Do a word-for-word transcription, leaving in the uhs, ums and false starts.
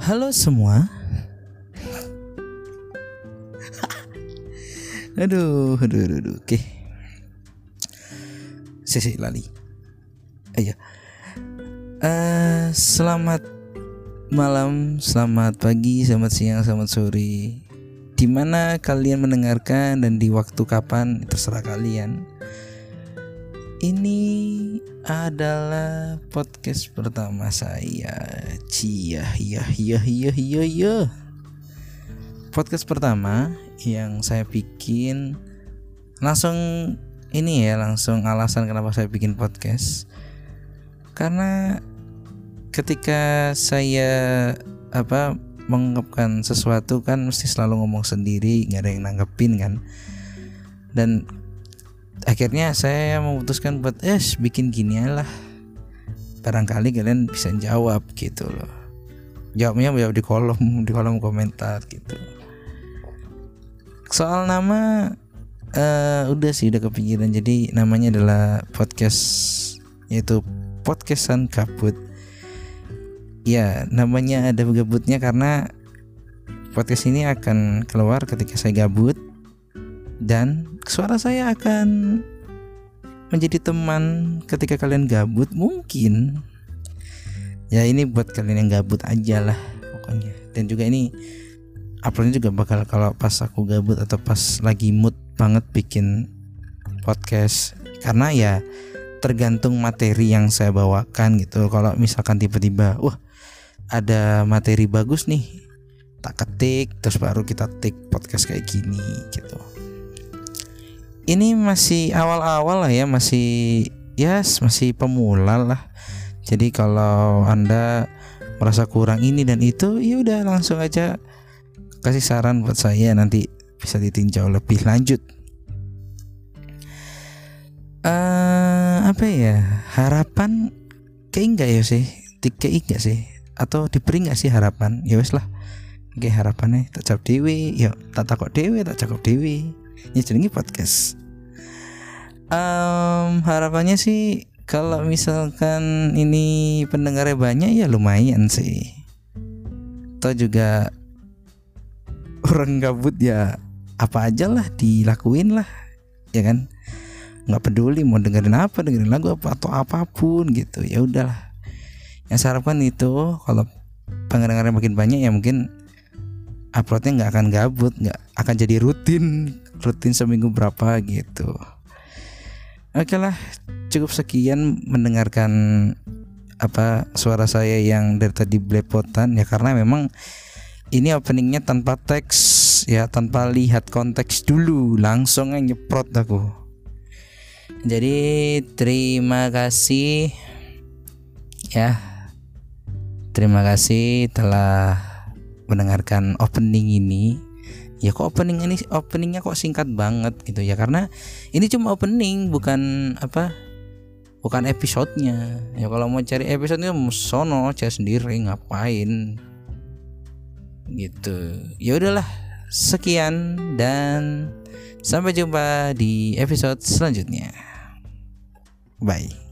Halo semua. Aduh, aduh, aduh, aduh. Oke. Sisi lali. Ayo. Uh, selamat malam, selamat pagi, selamat siang, selamat sore. Dimana kalian mendengarkan dan di waktu kapan terserah kalian. Ini adalah podcast pertama saya. Cia, ya, ya, ya, ya, ya. Podcast pertama yang saya bikin langsung ini ya, langsung alasan kenapa saya bikin podcast. Karena ketika saya apa mengungkapkan sesuatu kan mesti selalu ngomong sendiri, nggak ada yang nanggepin kan. Dan akhirnya saya memutuskan buat eh bikin gini lah. Barangkali kalian bisa jawab gitu loh. Jawabnya jawab di kolom di kolom komentar gitu. Soal nama uh, udah sih udah kepikiran. Jadi namanya adalah podcast, yaitu Podcastan Gabut. Ya, namanya ada gabutnya karena podcast ini akan keluar ketika saya gabut. Dan suara saya akan menjadi teman ketika kalian gabut mungkin. Ya ini buat kalian yang gabut aja lah pokoknya. Dan juga ini uploadnya juga bakal kalau pas aku gabut atau pas lagi mood banget bikin podcast. Karena ya tergantung materi yang saya bawakan gitu. Kalau misalkan tiba-tiba wah ada materi bagus nih, tak ketik terus baru kita take podcast kayak gini gitu. Ini masih awal-awal lah ya, masih yes, masih pemula lah. Jadi kalau Anda merasa kurang ini dan itu, ya udah langsung aja kasih saran buat saya, nanti bisa ditinjau lebih lanjut. Uh, apa ya? Harapan kayak enggak ya sih? Dikei enggak sih? Atau diberi enggak sih harapan? Ya wes lah. Oke, harapannya tak jawab dewe, ya tak takut dewe, tak jawab dewe. Ya jenenge podcast. Um, harapannya sih kalau misalkan ini pendengarnya banyak ya lumayan sih. Atau juga orang gabut ya apa aja lah dilakuin lah, ya kan? Nggak peduli mau dengerin apa, dengerin lagu apa atau apapun gitu. Ya udahlah. Yang saya harapkan itu kalau pendengarnya makin banyak ya mungkin uploadnya nggak akan gabut, nggak akan jadi rutin, rutin seminggu berapa gitu. Oke lah, cukup sekian mendengarkan apa suara saya yang dari tadi belepotan ya, karena memang ini openingnya tanpa teks ya, tanpa lihat konteks dulu, langsung aja nyeprot aku. Jadi terima kasih ya, terima kasih telah mendengarkan opening ini. Ya kok opening ini openingnya kok singkat banget gitu ya, karena ini cuma opening bukan apa bukan episodenya. Ya kalau mau cari episodenya sono cari sendiri, ngapain gitu. Ya udahlah, sekian dan sampai jumpa di episode selanjutnya. Bye.